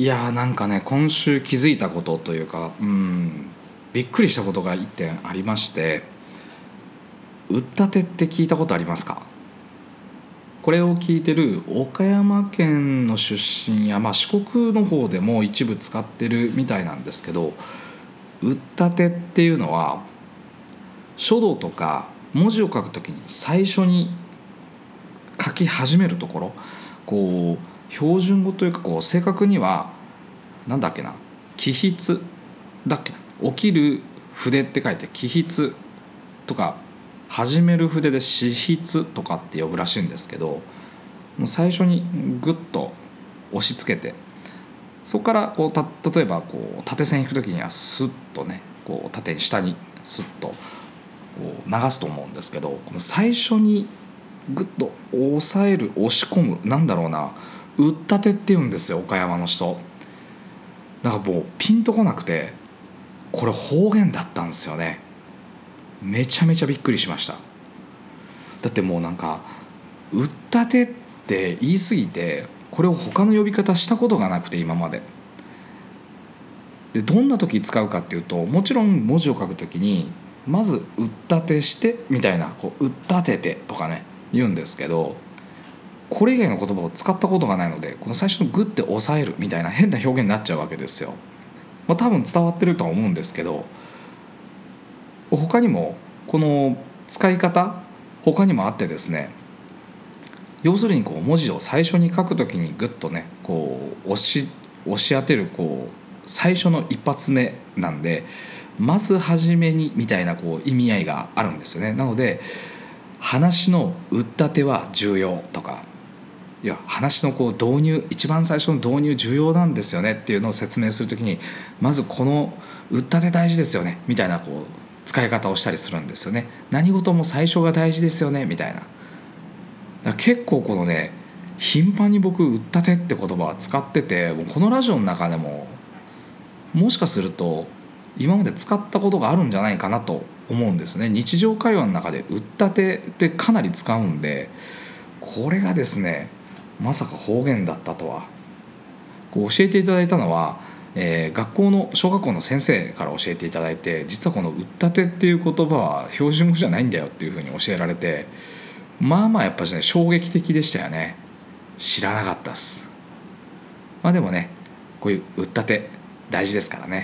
いやーなんかね、今週気づいたことというか、びっくりしたことが一点ありまして、うったてって聞いたことありますか？これを聞いてる岡山県の出身や、四国の方でも一部使ってるみたいなんですけど、うったてっていうのは書道とか文字を書くときに最初に書き始めるところ、標準語というか正確にはなんだっけな、起筆だっけな、起きる筆って書いて起筆とか、始める筆で始筆とかって呼ぶらしいんですけど、もう最初にグッと押し付けて、そこから例えば縦線引くときにはスッとね、縦に下にスッと流すと思うんですけど、この最初にグッと押さえる、押し込む、なんだろうな、うったてって言うんですよ、岡山の人。だからもうピンとこなくて、これ方言だったんですよね。めちゃめちゃびっくりしました。だってもうなんかうったてって言い過ぎて、これを他の呼び方したことがなくて今まで。でどんな時使うかっていうと、もちろん文字を書く時にまずうったてしてみたいな、うったててとかね言うんですけど、これ以外の言葉を使ったことがないので、この最初のグッて押さえるみたいな変な表現になっちゃうわけですよ。多分伝わってるとは思うんですけど、他にもこの使い方他にもあってですね、要するに文字を最初に書くときにグッとね押し当てる最初の一発目なんで、まず初めにみたいな意味合いがあるんですよね。なので話のうったては重要とか、いや話の導入、一番最初の導入重要なんですよねっていうのを説明するときに、まずこのうったて大事ですよねみたいな使い方をしたりするんですよね。何事も最初が大事ですよねみたいな。だから結構このね、頻繁に僕うったてって言葉は使ってて、このラジオの中でももしかすると今まで使ったことがあるんじゃないかなと思うんですね。日常会話の中でうったてってかなり使うんで、これがですねまさか方言だったとは。教えていただいたのは、学校の小学校の先生から教えていただいて、実はこのうったてっていう言葉は標準語じゃないんだよっていうふうに教えられて、やっぱりね衝撃的でしたよね。知らなかったっす。でもね、こういううったて大事ですからね。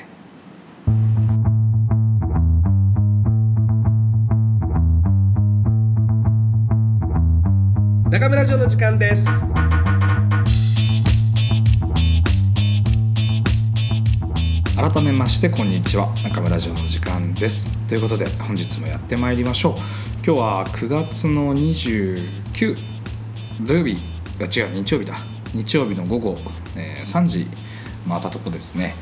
中村城の時間です。 改めましてこんにちは、中村城の時間です。ということで本日もやってまいりましょう。今日は9月の29土曜日、日曜日だ。日曜日の午後、3時回ったとこですね。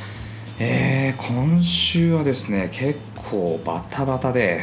今週はですね結構バタバタで、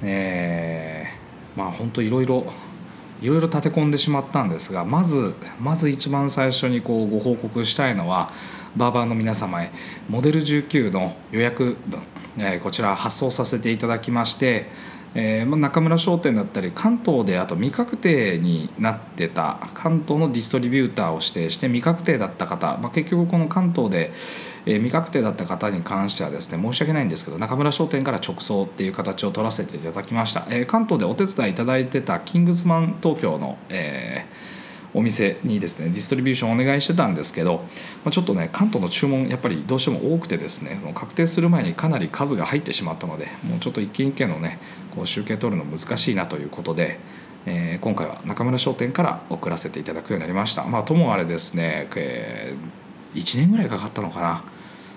本当いろいろ立て込んでしまったんですが、まず一番最初にご報告したいのは、バーバーの皆様へモデル19の予約分、こちら発送させていただきまして、中村商店だったり関東で、あと未確定になってた関東のディストリビューターを指定して未確定だった方、結局この関東で未確定だった方に関してはですね、申し訳ないんですけど中村商店から直送っていう形を取らせていただきました。関東でお手伝いいただいてたキングスマン東京の、お店にですねディストリビューションお願いしてたんですけど、ちょっとね関東の注文やっぱりどうしても多くてですね、その確定する前にかなり数が入ってしまったので、もうちょっと一件一件のね集計取るの難しいなということで、今回は中村商店から送らせていただくようになりました。ともあれですね、1年ぐらいかかったのかな。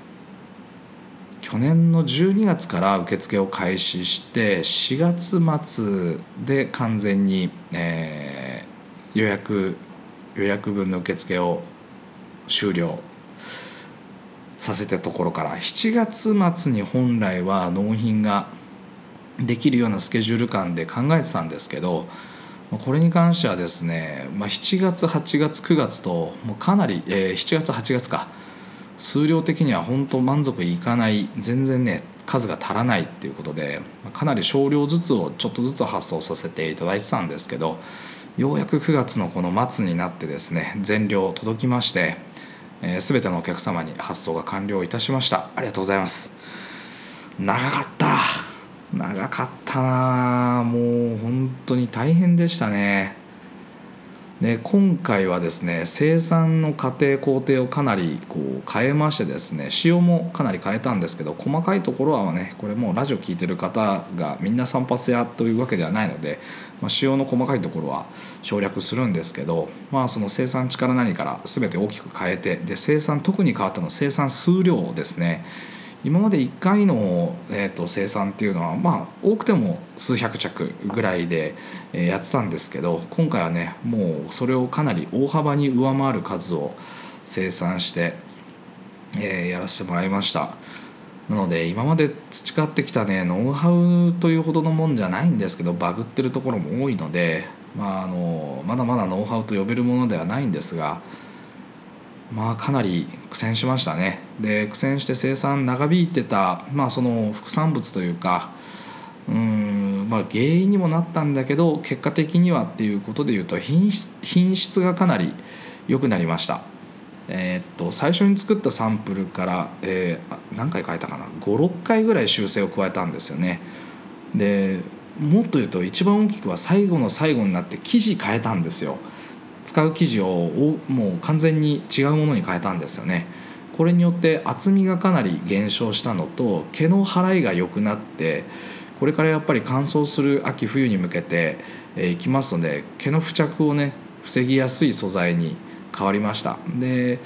去年の12月から受付を開始して4月末で完全に、予約分の受付を終了させたところから、7月末に本来は納品ができるようなスケジュール感で考えてたんですけど、これに関してはですね、7月8月9月ともうかなり、7月8月か、数量的には本当満足いかない、全然ね数が足らないっていうことで、かなり少量ずつをちょっとずつ発送させていただいてたんですけど、ようやく9月のこの末になってですね全量届きまして、 全てのお客様に発送が完了いたしました。ありがとうございます。長かったな。もう本当に大変でしたね。で今回はですね、生産の過程工程をかなり変えましてですね、仕様もかなり変えたんですけど、細かいところはね、これもうラジオ聞いてる方がみんな散髪屋というわけではないので、仕様の細かいところは省略するんですけど、その生産地から何から全て大きく変えて、で生産特に変わったのは生産数量ですね。今まで1回の、生産っていうのは多くても数百着ぐらいで、やってたんですけど、今回はねもうそれをかなり大幅に上回る数を生産して、やらせてもらいました。なので今まで培ってきたねノウハウというほどのもんじゃないんですけど、バグってるところも多いので、まだまだノウハウと呼べるものではないんですが、かなり苦戦しましたね。で苦戦して生産長引いてた、その副産物というか原因にもなったんだけど、結果的にはっていうことでいうと品質がかなり良くなりました。最初に作ったサンプルから、何回変えたかな、5,6 回ぐらい修正を加えたんですよね。でもっと言うと一番大きくは最後の最後になって生地変えたんですよ。使う生地をもう完全に違うものに変えたんですよね。これによって厚みがかなり減少したのと、毛の払いが良くなって、これからやっぱり乾燥する秋冬に向けていきますので、毛の付着をね防ぎやすい素材に変わりました。で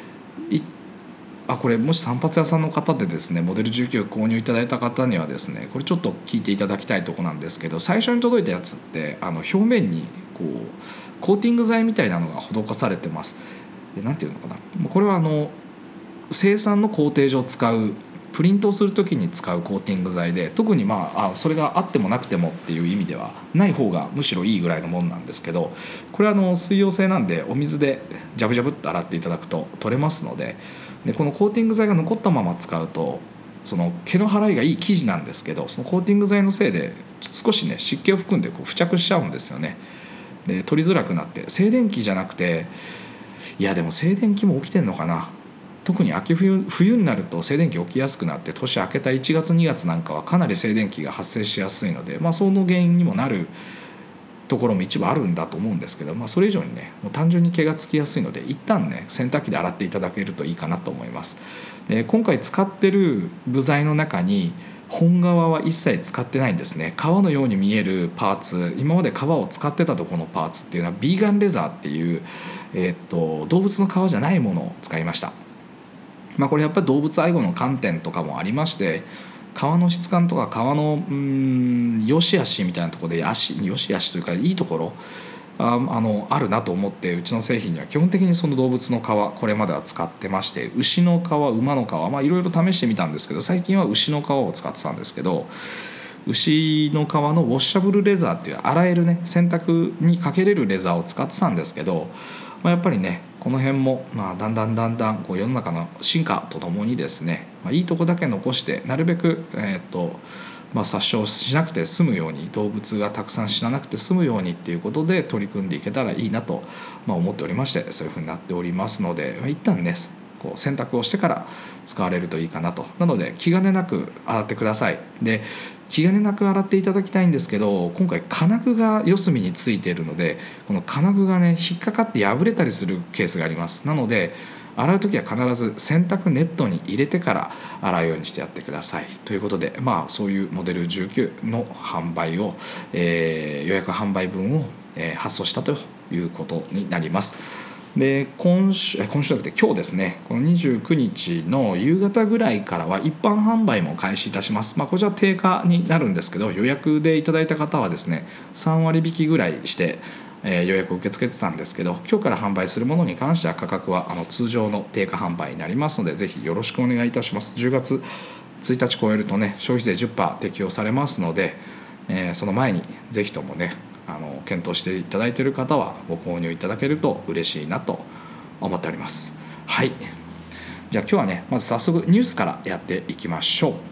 これもし散髪屋さんの方でですねモデル19を購入いただいた方にはですね、これちょっと聞いていただきたいところなんですけど、最初に届いたやつって表面にコーティング剤みたいなのが施されてます。なんていうのかな、これは生産の工程上使うプリントをするときに使うコーティング剤で、特にそれがあってもなくてもっていう意味ではない方がむしろいいぐらいのもんなんですけど、これは水溶性なんでお水でジャブジャブっと洗っていただくと取れますので、このコーティング剤が残ったまま使うとその毛の払いがいい生地なんですけど、そのコーティング剤のせいで少しね湿気を含んで付着しちゃうんですよね。で取りづらくなって、静電気じゃなくて、でも静電気も起きてんのかな、特に冬になると静電気起きやすくなって、年明けた1月2月なんかはかなり静電気が発生しやすいので、その原因にもなるところも一部あるんだと思うんですけど、それ以上にねもう単純に毛がつきやすいので、一旦ね洗濯機で洗っていただけるといいかなと思います。で今回使ってる部材の中に本革は一切使ってないんですね。革のように見えるパーツ、今まで革を使ってたところのパーツっていうのはビーガンレザーっていう、動物の革じゃないものを使いました。これやっぱり動物愛護の観点とかもありまして、革の質感とか革の良し悪しみたいなところで良し悪しというかいいところあるなと思って、うちの製品には基本的にその動物の皮これまでは使ってまして、牛の皮、馬の皮、いろいろ試してみたんですけど、最近は牛の皮を使ってたんですけど、牛の皮のウォッシャブルレザーっていう洗えるね洗濯にかけれるレザーを使ってたんですけど、やっぱりねこの辺もだんだん世の中の進化とともにですね、いいとこだけ残してなるべく殺傷しなくて済むように、動物がたくさん死ななくて済むようにっていうことで取り組んでいけたらいいなと思っておりまして、そういうふうになっておりますので、一旦ね洗濯をしてから使われるといいかなと。なので気兼ねなく洗ってください。で気兼ねなく洗っていただきたいんですけど、今回金具が四隅についているので、この金具がね引っかかって破れたりするケースがあります。なので洗う時は必ず洗濯ネットに入れてから洗うようにしてやってくださいということで、そういうモデル19の販売を、予約販売分を、発送したということになります。で今週じゃなくて今日ですね、この29日の夕方ぐらいからは一般販売も開始いたします。こちら定価になるんですけど、予約でいただいた方はですね3割引きぐらいして予約を受け付けてたんですけど、今日から販売するものに関しては価格は通常の定価販売になりますので、ぜひよろしくお願いいたします。10月1日超えるとね消費税 10% 適用されますので、その前にぜひともね検討していただいている方はご購入いただけると嬉しいなと思っております。はい、じゃあ今日はねまず早速ニュースからやっていきましょう。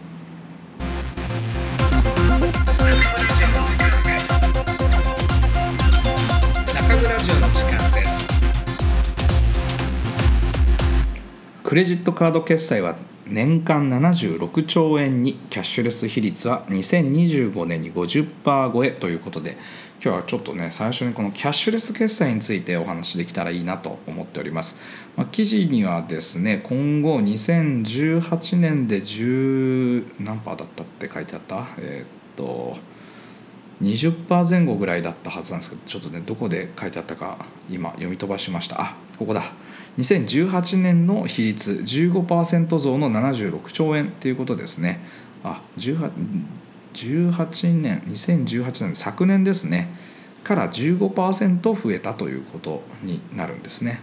中村ラジオの時間です。 クレジットカード決済は年間76兆円に、キャッシュレス比率は2025年に 50% 超えということで、今日はちょっとね最初にこのキャッシュレス決済についてお話しできたらいいなと思っております。記事にはですね、今後2018年で10何パーだったって書いてあった、20% 前後ぐらいだったはずなんですけど、ちょっとねどこで書いてあったか今読み飛ばしました。ここだ。2018年の比率 15% 増の76兆円ということですね。2018年昨年ですねから 15% 増えたということになるんですね。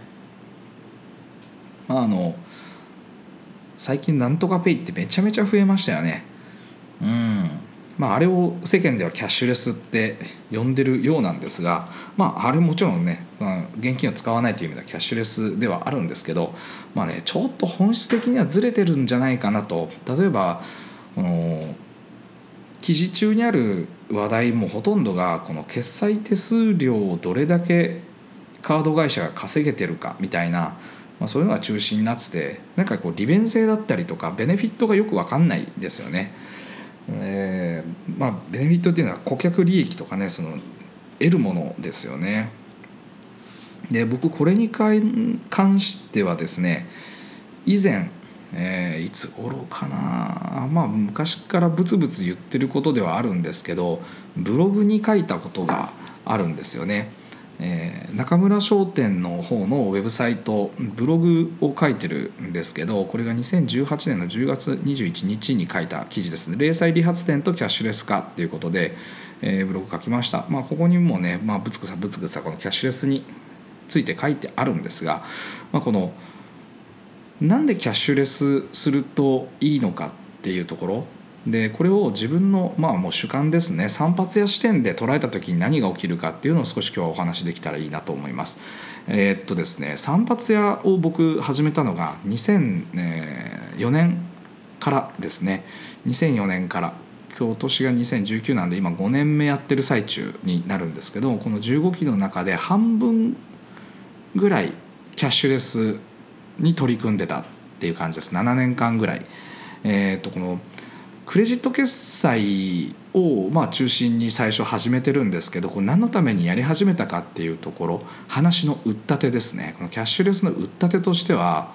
最近なんとかペイってめちゃめちゃ増えましたよね。あれを世間ではキャッシュレスって呼んでるようなんですが、あれもちろんね、現金を使わないという意味ではキャッシュレスではあるんですけど、ちょっと本質的にはずれてるんじゃないかなと。例えばこの記事中にある話題もほとんどがこの決済手数料をどれだけカード会社が稼げてるかみたいな、そういうのが中心になってて、なんかこう利便性だったりとかベネフィットがよく分かんないですよね。ベネフィットっていうのは顧客利益とかね、その得るものですよね。で僕これに関してはですね、以前、いつ頃かな、昔からブツブツ言ってることではあるんですけど、ブログに書いたことがあるんですよね。中村商店の方のウェブサイトブログを書いてるんですけど、これが2018年の10月21日に書いた記事ですね。零細理髪店とキャッシュレス化っていうことで、ブログ書きました。ここにもね、ぶつくさこのキャッシュレスについて書いてあるんですが、このなんでキャッシュレスするといいのかっていうところで、これを自分のもう主観ですね、散髪屋視点で捉えた時に何が起きるかっていうのを少し今日はお話できたらいいなと思います。ですね、散髪屋を僕始めたのが2004年からですね。2004年から今年が2019なんで今5年目やってる最中になるんですけど、この15期の中で半分ぐらいキャッシュレスに取り組んでたっていう感じです。7年間ぐらい、このクレジット決済を中心に最初始めてるんですけど、これ何のためにやり始めたかっていうところ、話の打ったてですね。このキャッシュレスの打ったてとしては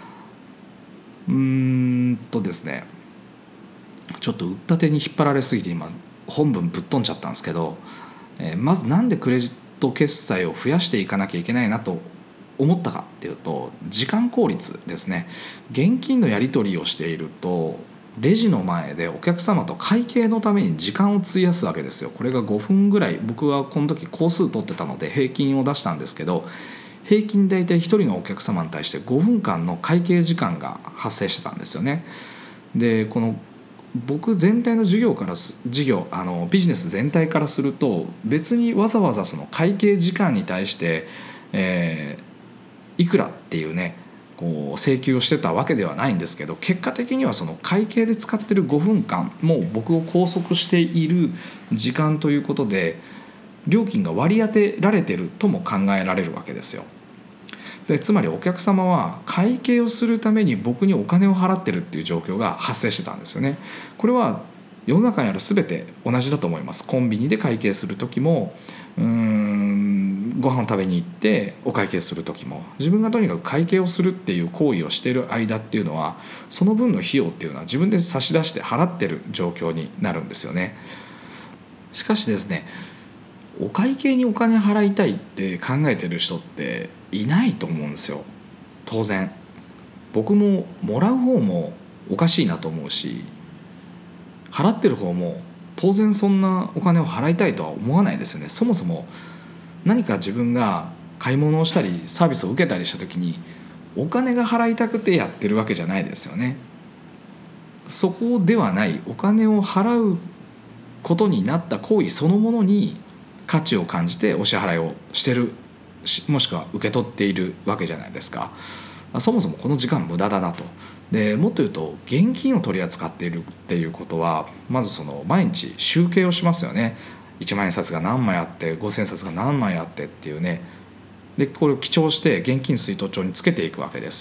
ですね、ちょっと打ったてに引っ張られすぎて今本文ぶっ飛んじゃったんですけど、まずなんでクレジット決済を増やしていかなきゃいけないなと思ったかっていうと、時間効率ですね。現金のやり取りをしているとレジの前でお客様と会計のために時間を費やすわけですよ。これが5分ぐらい、僕はこの時工数取ってたので平均を出したんですけど、平均大体1人のお客様に対して5分間の会計時間が発生してたんですよね。でこの僕全体のビジネス全体からすると、別にわざわざその会計時間に対して、いくらっていうねこう請求をしてたわけではないんですけど、結果的にはその会計で使ってる5分間もう僕を拘束している時間ということで、料金が割り当てられてるとも考えられるわけですよ。でつまりお客様は会計をするために僕にお金を払ってるっていう状況が発生してたんですよね。これは世の中にある全て同じだと思います。コンビニで会計する時もご飯を食べに行ってお会計する時も、自分がとにかく会計をするっていう行為をしている間っていうのは、その分の費用っていうのは自分で差し出して払ってる状況になるんですよね。しかしですね、お会計にお金払いたいって考えてる人っていないと思うんですよ。当然僕ももらう方もおかしいなと思うし、払ってる方も当然そんなお金を払いたいとは思わないですよね。そもそも何か自分が買い物をしたりサービスを受けたりした時にお金が払いたくてやってるわけじゃないですよね。そこではない、お金を払うことになった行為そのものに価値を感じてお支払いをしてる、もしくは受け取っているわけじゃないですか。そもそもこの時間無駄だなと。でもっと言うと現金を取り扱っているっていうことは、まずその毎日集計をしますよね。1万円札が何枚あって5千円札が何枚あってっていうね。でこれを記帳して現金出納帳につけていくわけですよ。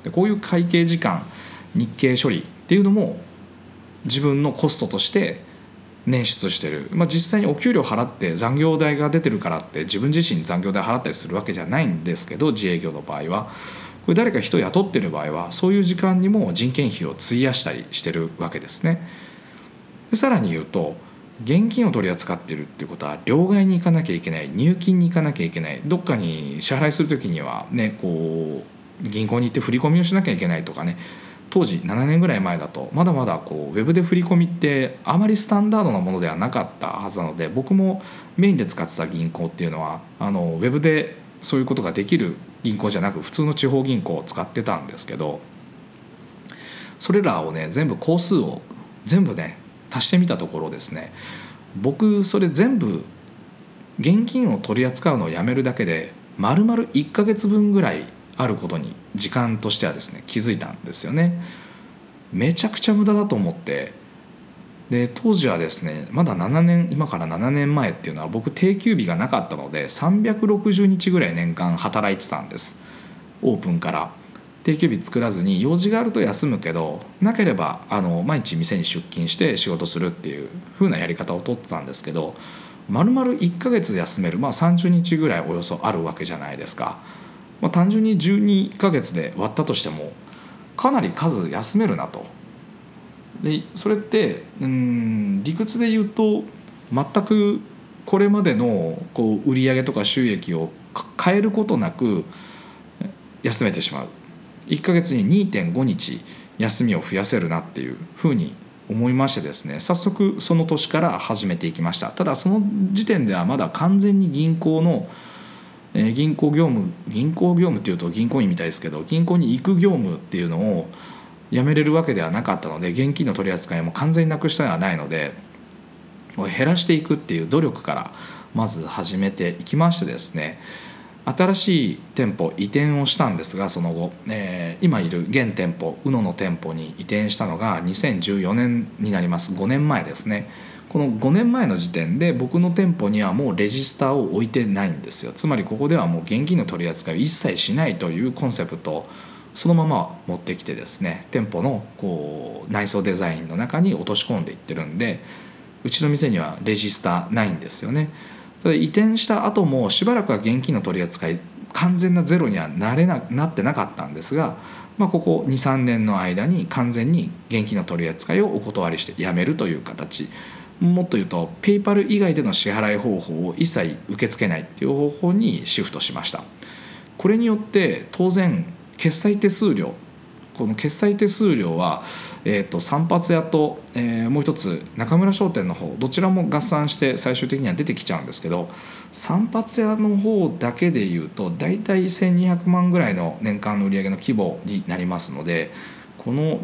でこういう会計時間、日経処理っていうのも自分のコストとして捻出してる、実際にお給料払って残業代が出てるからって自分自身残業代払ったりするわけじゃないんですけど、自営業の場合はこれ誰か人を雇ってる場合はそういう時間にも人件費を費やしたりしてるわけですね。でさらに言うと、現金を取り扱っているっていうことは両替に行かなきゃいけない、入金に行かなきゃいけない、どっかに支払いするときにはね、銀行に行って振り込みをしなきゃいけないとかね、当時7年ぐらい前だとまだまだウェブで振り込みってあまりスタンダードなものではなかったはずなので、僕もメインで使ってた銀行っていうのはウェブでそういうことができる銀行じゃなく普通の地方銀行を使ってたんですけど、それらをね全部工数を全部ね足してみたところですね、僕それ全部現金を取り扱うのをやめるだけで丸々1ヶ月分ぐらいあることに時間としてはですね気づいたんですよね。めちゃくちゃ無駄だと思って、で当時はですねまだ今から7年前っていうのは僕定休日がなかったので360日ぐらい年間働いてたんです。オープンから定休日作らずに用事があると休むけどなければ毎日店に出勤して仕事するっていう風なやり方をとってたんですけど、丸々1ヶ月休める、30日ぐらいおよそあるわけじゃないですか。単純に12ヶ月で割ったとしてもかなり数休めるなと。でそれって理屈で言うと全くこれまでの売上とか収益を変えることなく休めてしまう、1ヶ月に 2.5 日休みを増やせるなっていうふうに思いましてですね、早速その年から始めていきました。ただその時点ではまだ完全に銀行業務っていうと銀行員みたいですけど、銀行に行く業務っていうのをやめれるわけではなかったので、現金の取り扱いも完全になくしたのはないので、減らしていくっていう努力からまず始めていきましてですね、新しい店舗移転をしたんですが、その後、今いる現店舗宇野の店舗に移転したのが2014年になります。5年前ですね。この5年前の時点で僕の店舗にはもうレジスターを置いてないんですよ。つまりここではもう現金の取り扱いを一切しないというコンセプトをそのまま持ってきてですね、店舗の内装デザインの中に落とし込んでいってるんで、うちの店にはレジスターないんですよね。ただ移転した後もしばらくは現金の取り扱い完全なゼロにはなってなかったんですが、ここ 2,3 年の間に完全に現金の取り扱いをお断りしてやめるという形、もっと言うとペイパル以外での支払い方法を一切受け付けないっていう方法にシフトしました。これによって当然決済手数料、この決済手数料は、散髪屋と、もう一つ中村商店の方、どちらも合算して最終的には出てきちゃうんですけど、散髪屋の方だけでいうとだいたい1200万ぐらいの年間の売上の規模になりますので、この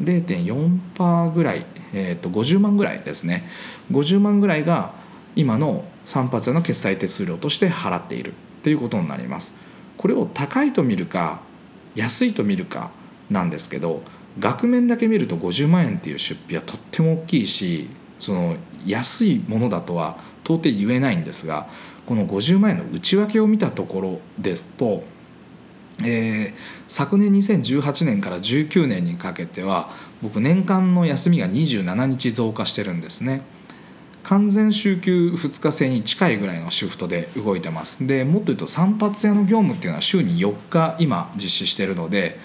0.4% ぐらい、50万ぐらいですね、50万ぐらいが今の散髪屋の決済手数料として払っているということになります。これを高いと見るか安いと見るかなんですけど、額面だけ見ると50万円っていう出費はとっても大きいし、その安いものだとは到底言えないんですが、この50万円の内訳を見たところですと、昨年2018年から19年にかけては僕年間の休みが27日増加してるんですね。完全週休2日制に近いぐらいのシフトで動いてます。でもっと言うと散髪屋の業務っていうのは週に4日今実施してるので、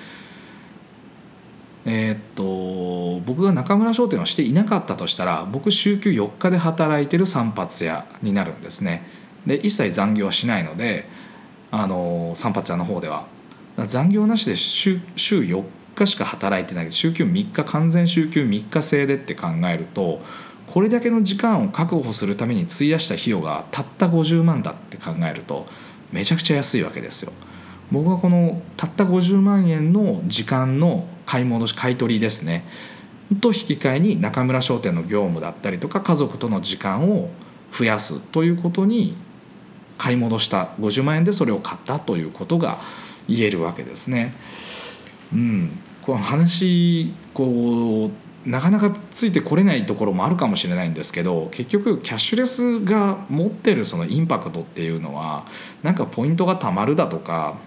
僕が中村商店をしていなかったとしたら僕週休4日で働いてる散髪屋になるんですね。で一切残業はしないので、散髪屋の方では残業なしで週4日しか働いてない、週休3日完全週休3日制でって考えると、これだけの時間を確保するために費やした費用がたった50万だって考えるとめちゃくちゃ安いわけですよ。僕はこのたった50万円の時間の買い取りですねと引き換えに中村商店の業務だったりとか家族との時間を増やすということに買い戻した50万円でそれを買ったということが言えるわけですね。この話なかなかついてこれないところもあるかもしれないんですけど、結局キャッシュレスが持ってるそのインパクトっていうのはなんかポイントがたまるだとか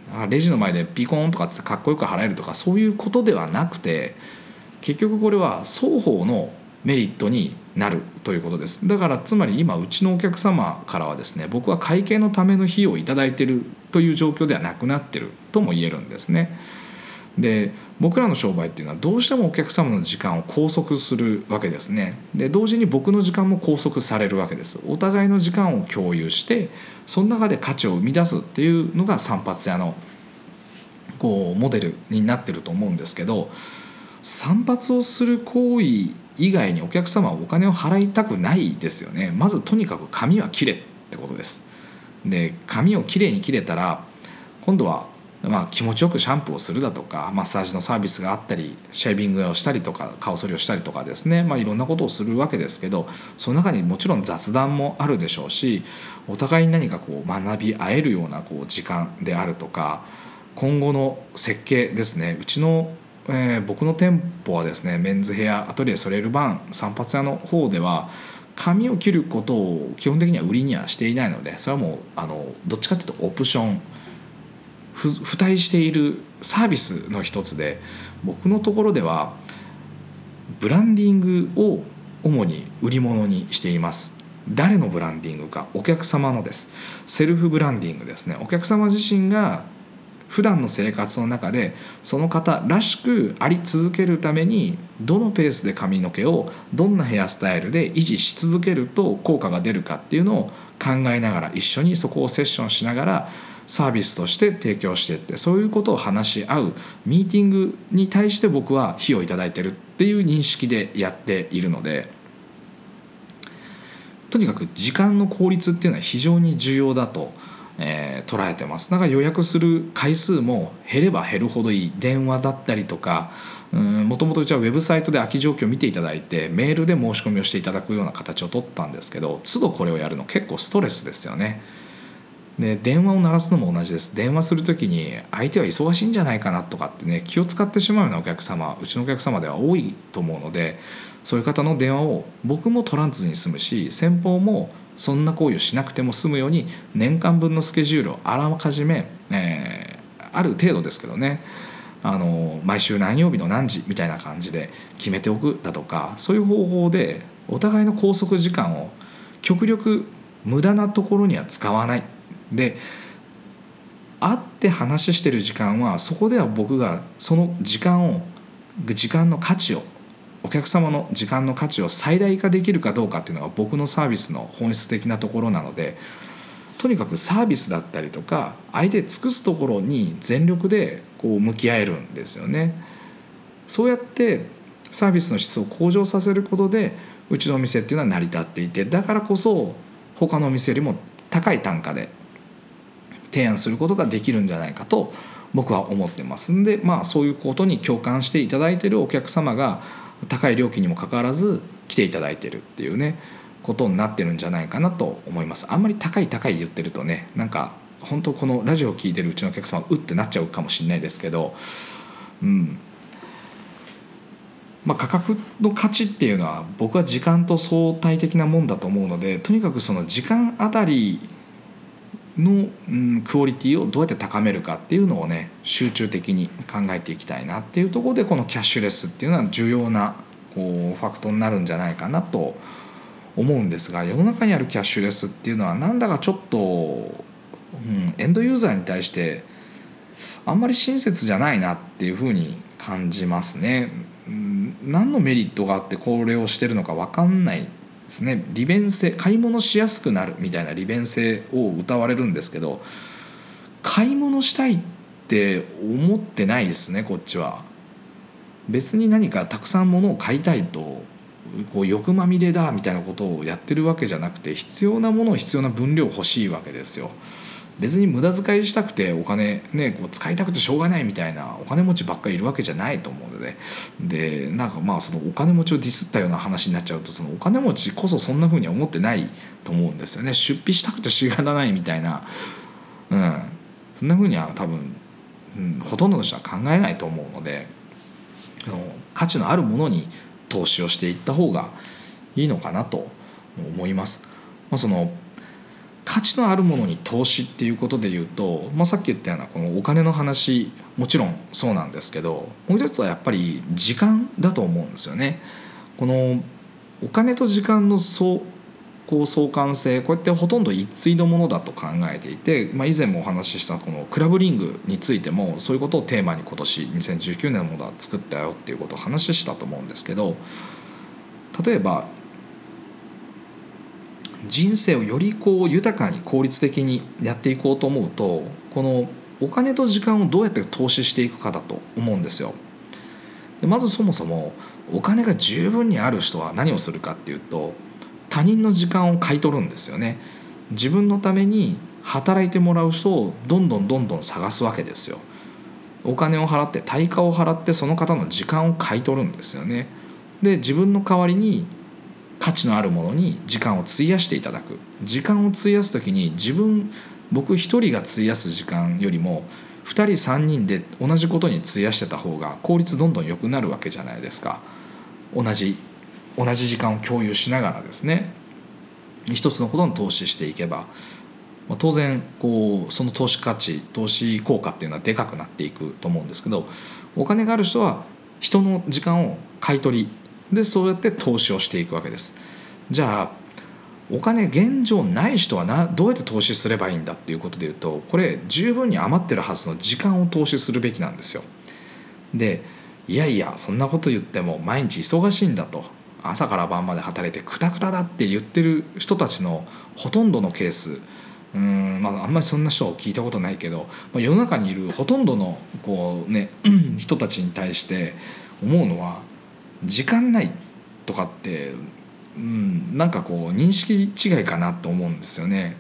レジの前でピコーンとかってかっこよく払えるとかそういうことではなくて、結局これは双方のメリットになるということです。だからつまり今うちのお客様からはですね、僕は会計のための費用をいただいているという状況ではなくなっているとも言えるんですね。で僕らの商売っていうのはどうしてもお客様の時間を拘束するわけですね。で同時に僕の時間も拘束されるわけです。お互いの時間を共有してその中で価値を生み出すっていうのが散髪屋のモデルになってると思うんですけど、散髪をする行為以外にお客様はお金を払いたくないですよね。まずとにかく髪は切れってことです。で髪をきれいに切れたら今度は気持ちよくシャンプーをするだとかマッサージのサービスがあったりシェービングをしたりとか顔剃りをしたりとかですね、いろんなことをするわけですけど、その中にもちろん雑談もあるでしょうし、お互いに何か学び合えるような時間であるとか、今後の設計ですね。うちの僕の店舗はですね、メンズヘアアトリエソレールバーン散髪屋の方では髪を切ることを基本的には売りにはしていないので、それはもうどっちかというとオプション付帯しているサービスの一つで、僕のところではブランディングを主に売り物にしています。誰のブランディングか、お客様のです。セルフブランディングですね。お客様自身が普段の生活の中でその方らしくあり続けるためにどのペースで髪の毛をどんなヘアスタイルで維持し続けると効果が出るかっていうのを考えながら、一緒にそこをセッションしながらサービスとして提供していって、そういうことを話し合うミーティングに対して僕は費用をいただいているっていう認識でやっているので、とにかく時間の効率っていうのは非常に重要だと捉えてます。だから予約する回数も減れば減るほどいい。電話だったりとか、もともとうちはウェブサイトで空き状況を見ていただいてメールで申し込みをしていただくような形を取ったんですけど、都度これをやるの結構ストレスですよね。で電話を鳴らすのも同じです。電話するときに相手は忙しいんじゃないかなとかってね、気を使ってしまうようなお客様、うちのお客様では多いと思うので、そういう方の電話を僕も取らずに済むし、先方もそんな行為をしなくても済むように年間分のスケジュールをあらかじめ、ある程度ですけどね、毎週何曜日の何時みたいな感じで決めておくだとか、そういう方法でお互いの拘束時間を極力無駄なところには使わないで、会って話してる時間はそこでは僕がその時間の価値を、お客様の時間の価値を最大化できるかどうかっていうのが僕のサービスの本質的なところなので、とにかくサービスだったりとか相手尽くすところに全力で向き合えるんですよね。そうやってサービスの質を向上させることでうちのお店っていうのは成り立っていて、だからこそ他のお店よりも高い単価で提案することができるんじゃないかと僕は思ってますんで、そういうことに共感していただいているお客様が高い料金にもかかわらず来ていただいているっていうねことになってるんじゃないかなと思います。あんまり高い言ってるとね、なんか本当このラジオを聞いてるうちのお客様はうってなっちゃうかもしれないですけど、価格の価値っていうのは僕は時間と相対的なもんだと思うので、とにかくその時間あたりの、クオリティをどうやって高めるかっていうのをね集中的に考えていきたいなっていうところで、このキャッシュレスっていうのは重要なファクトになるんじゃないかなと思うんですが、世の中にあるキャッシュレスっていうのはなんだかちょっと、エンドユーザーに対してあんまり親切じゃないなっていうふうに感じますね。何のメリットがあってこれをしてるのか分かんないですね。利便性、買い物しやすくなるみたいな利便性を謳われるんですけど、買い物したいって思ってないですね。こっちは別に何かたくさん物を買いたいと欲まみれだみたいなことをやってるわけじゃなくて、必要なものを必要な分量欲しいわけですよ。別に無駄遣いしたくてお金ね使いたくてしょうがないみたいなお金持ちばっかりいるわけじゃないと思うので、なんかそのお金持ちをディスったような話になっちゃうと、そのお金持ちこそそんな風には思ってないと思うんですよね。出費したくてしがらないみたいな、そんな風には多分、ほとんどの人は考えないと思うので、価値のあるものに投資をしていった方がいいのかなと思います。その価値のあるものに投資っていうことで言うと、さっき言ったようなこのお金の話もちろんそうなんですけど、もう一つはやっぱり時間だと思うんですよね。このお金と時間の相関性、こうやってほとんど一対のものだと考えていて、以前もお話ししたこのクラブリングについてもそういうことをテーマに今年2019年のものは作ったよっていうことを話したと思うんですけど、例えば人生をより豊かに効率的にやっていこうと思うと、このお金と時間をどうやって投資していくかだと思うんですよ。でまずそもそもお金が十分にある人は何をするかっていうと、他人の時間を買い取るんですよね。自分のために働いてもらう人をどんどん探すわけですよ。お金を払って、対価を払ってその方の時間を買い取るんですよね。で自分の代わりに価値のあるものに時間を費やしていただく。時間を費やすときに僕一人が費やす時間よりも2人3人で同じことに費やしてた方が効率どんどん良くなるわけじゃないですか。同じ時間を共有しながらですね、一つのことに投資していけば、当然その投資効果っていうのはでかくなっていくと思うんですけど、お金がある人は人の時間を買い取りでそうやって投資をしていくわけです。じゃあお金現状ない人はどうやって投資すればいいんだっていうことでいうと、これ十分に余ってるはずの時間を投資するべきなんですよ。でいやいやそんなこと言っても毎日忙しいんだと、朝から晩まで働いてクタクタだって言ってる人たちのほとんどのケース、あんまりそんな人を聞いたことないけど、世の中にいるほとんどの人たちに対して思うのは、時間ないとかって、なんか認識違いかなと思うんですよね。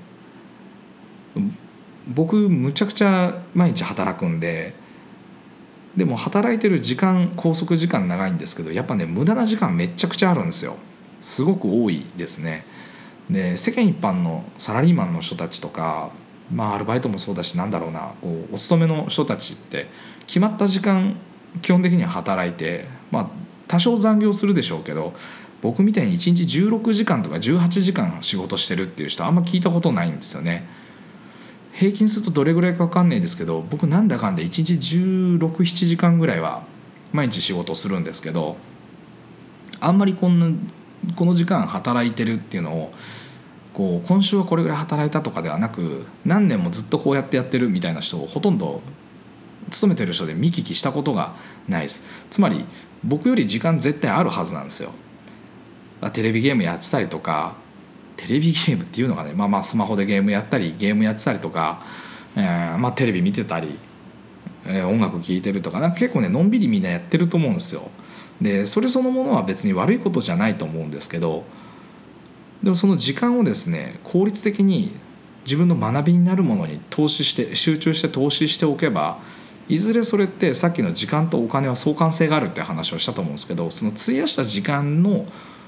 僕むちゃくちゃ毎日働くんでも働いてる拘束時間長いんですけど、やっぱね無駄な時間めっちゃくちゃあるんですよ。すごく多いですね。で世間一般のサラリーマンの人たちとか、アルバイトもそうだし、お勤めの人たちって決まった時間基本的には働いて、多少残業するでしょうけど、僕みたいに1日16時間とか18時間仕事してるっていう人あんま聞いたことないんですよね。平均するとどれぐらいか分かんないですけど、僕なんだかんだ1日16、7時間ぐらいは毎日仕事をするんですけど、あんまりこの時間働いてるっていうのを今週はこれぐらい働いたとかではなく、何年もずっとこうやってやってるみたいな人をほとんど勤めてる人で見聞きしたことがないです。つまり僕より時間絶対あるはずなんですよ。テレビゲームやってたりとか、テレビゲームっていうのがね、スマホでゲームやってたりとか、テレビ見てたり、音楽聴いてるとか、結構ねのんびりみんなやってると思うんですよ。でそれそのものは別に悪いことじゃないと思うんですけど、でもその時間をですね効率的に自分の学びになるものに集中して投資しておけば、いずれそれってさっきの時間とお金は相関性があるって話をしたと思うんですけど、その費やした時間の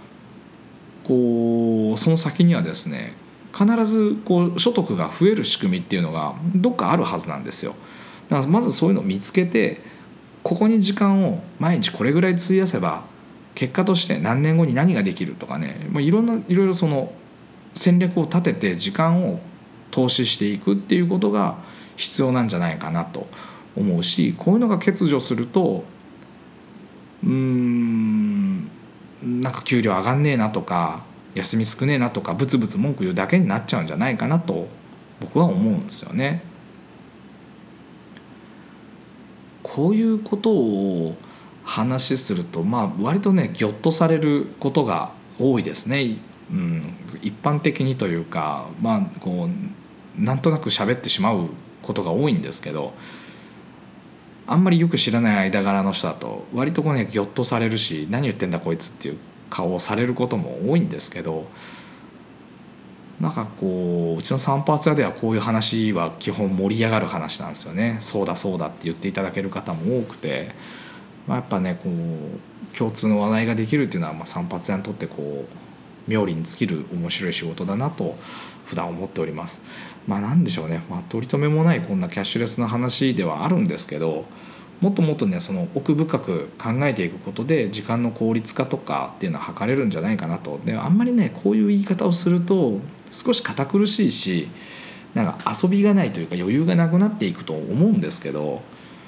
その先にはですね必ず所得が増える仕組みっていうのがどっかあるはずなんですよ。だからまずそういうのを見つけて、ここに時間を毎日これぐらい費やせば結果として何年後に何ができるとかね、いろいろその戦略を立てて時間を投資していくっていうことが必要なんじゃないかなと思うし、こういうのが欠如するとなんか給料上がんねえなとか休み少ねえなとかブツブツ文句言うだけになっちゃうんじゃないかなと僕は思うんですよね。こういうことを話すると割とねギョッとされることが多いですね。一般的にというかなんとなく喋ってしまうことが多いんですけど、あんまりよく知らない間柄の人だと割とギョッとされるし、何言ってんだこいつっていう顔をされることも多いんですけど、うちの散髪屋ではこういう話は基本盛り上がる話なんですよね。そうだそうだって言っていただける方も多くて、やっぱね共通の話題ができるっていうのは散髪屋にとって妙利に尽きる面白い仕事だなと普段思っております。なんでしょうね、取り留めもないこんなキャッシュレスの話ではあるんですけど、 もっともっとねその奥深く考えていくことで時間の効率化とかっていうのは図れるんじゃないかなと。であんまりねこういう言い方をすると少し堅苦しいし、なんか遊びがないというか余裕がなくなっていくと思うんですけど、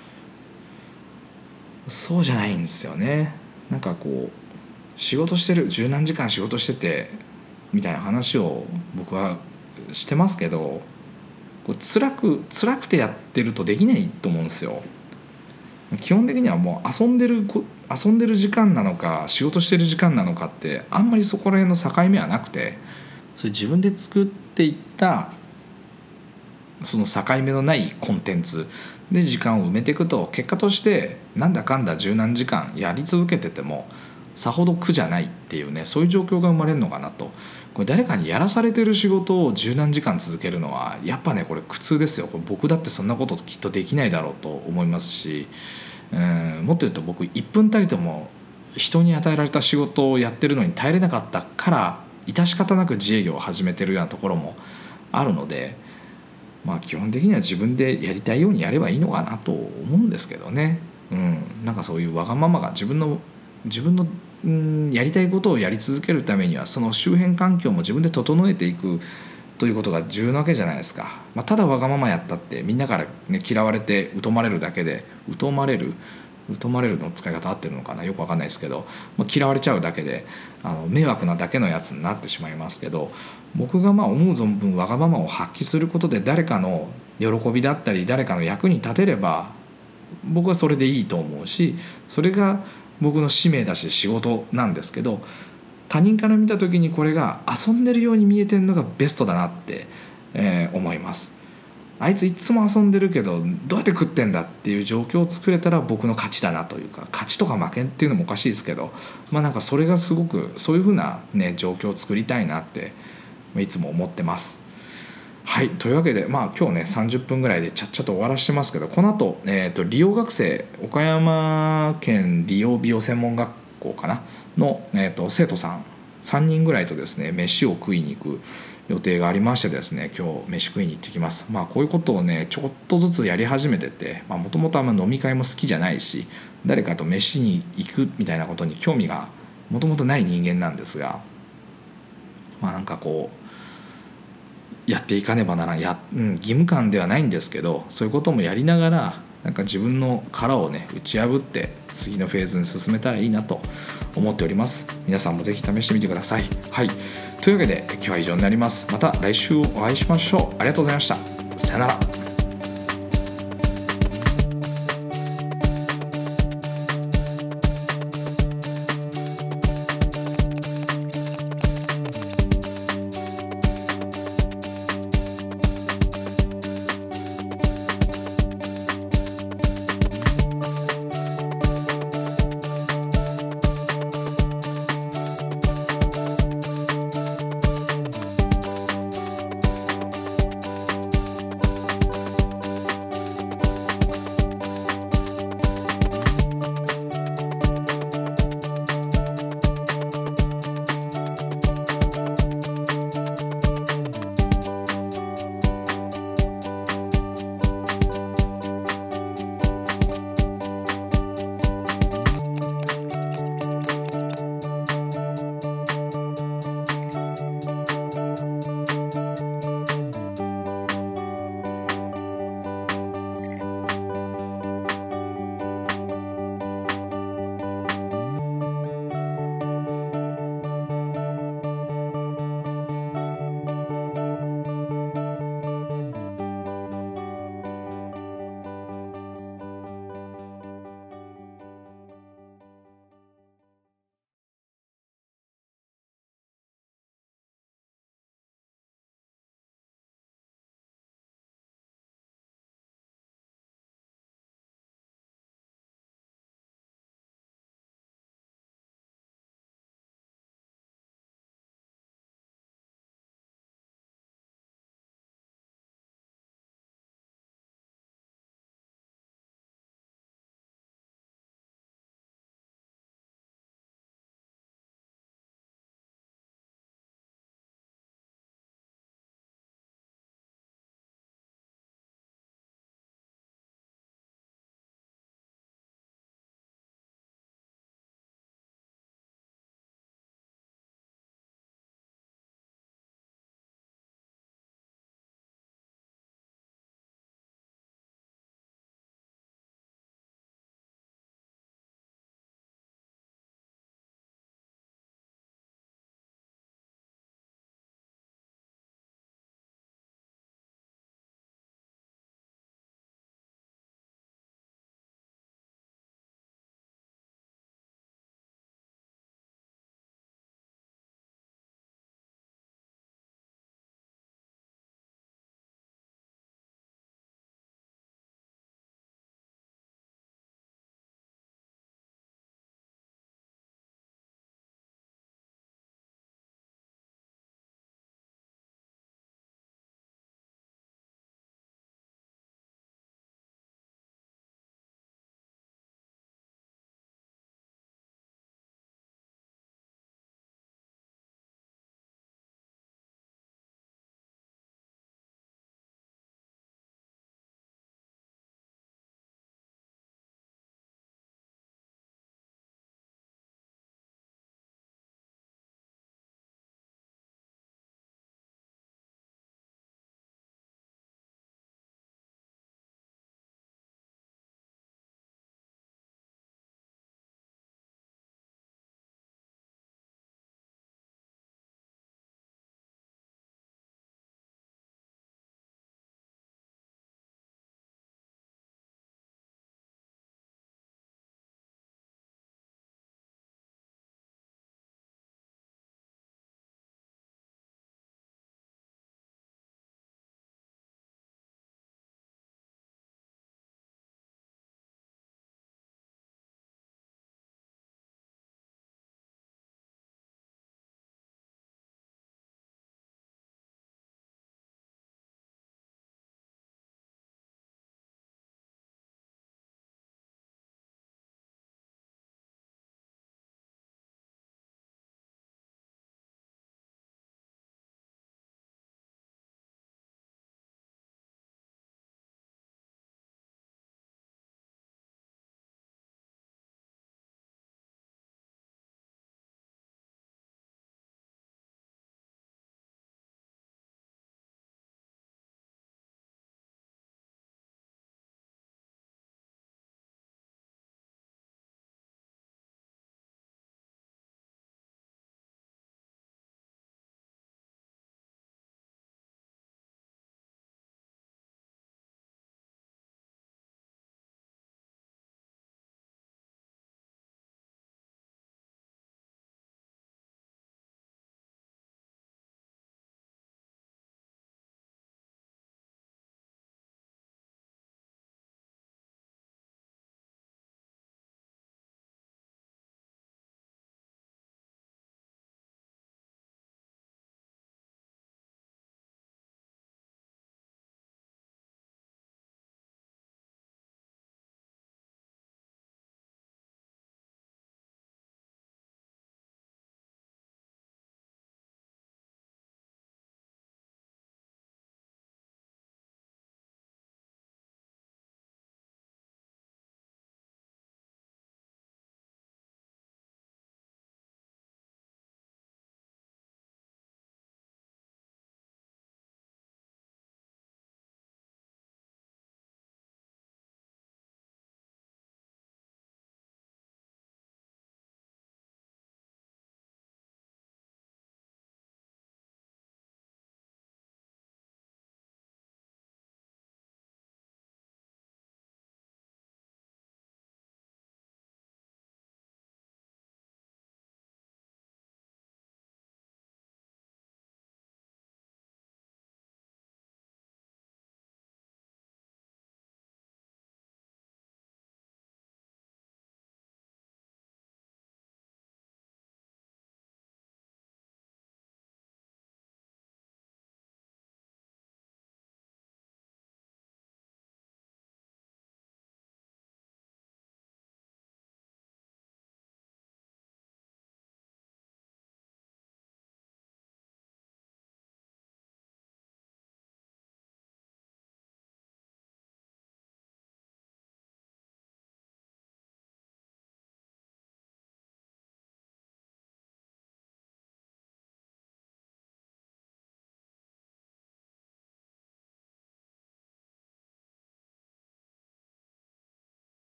そうじゃないんですよね。なんかこう仕事してる、十何時間仕事しててみたいな話を僕はしてますけど、こう辛くてやってるとできないと思うんですよ。基本的にはもう遊んでる時間なのか仕事してる時間なのかってあんまりそこら辺の境目はなくて、それ自分で作っていったその境目のないコンテンツで時間を埋めていくと、結果としてなんだかんだ十何時間やり続けててもさほど苦じゃないっていうね、そういう状況が生まれるのかなと。これ誰かにやらされてる仕事を十何時間続けるのはやっぱねこれ苦痛ですよ。これ僕だってそんなこときっとできないだろうと思いますし、もっと言うと僕1分たりとも人に与えられた仕事をやってるのに耐えれなかったから致し方なく自営業を始めてるようなところもあるので、まあ基本的には自分でやりたいようにやればいいのかなと思うんですけどね。なんかそういうわがままが自分のやりたいことをやり続けるためにはその周辺環境も自分で整えていくということが重要なわけじゃないですか。ただわがままやったってみんなから、ね、嫌われて疎まれるだけで、疎まれるの使い方合ってるのかな、よくわかんないですけど、嫌われちゃうだけで迷惑なだけのやつになってしまいますけど、僕が思う存分わがままを発揮することで誰かの喜びだったり誰かの役に立てれば僕はそれでいいと思うし、それが僕の使命だし仕事なんですけど、他人から見た時にこれが遊んでるように見えてるのがベストだなって、思います。あいついつも遊んでるけどどうやって食ってんだっていう状況を作れたら僕の勝ちだなというか、勝ちとか負けっていうのもおかしいですけど、なんかそれがすごくそういう風なね状況を作りたいなっていつも思ってます。はい、というわけで、今日ね30分ぐらいでちゃっちゃと終わらしてますけど、この後、理容学生岡山県理容美容専門学校かなの、生徒さん3人ぐらいとですね飯を食いに行く予定がありましてですね、今日飯食いに行ってきます。こういうことをねちょっとずつやり始めてて、もともと飲み会も好きじゃないし誰かと飯に行くみたいなことに興味がもともとない人間なんですが、なんかこうやっていかねばならん義務感ではないんですけど、そういうこともやりながらなんか自分の殻をね打ち破って次のフェーズに進めたらいいなと思っております。皆さんもぜひ試してみてください。はい、というわけで今日は以上になります。また来週お会いしましょう。ありがとうございました。さよなら。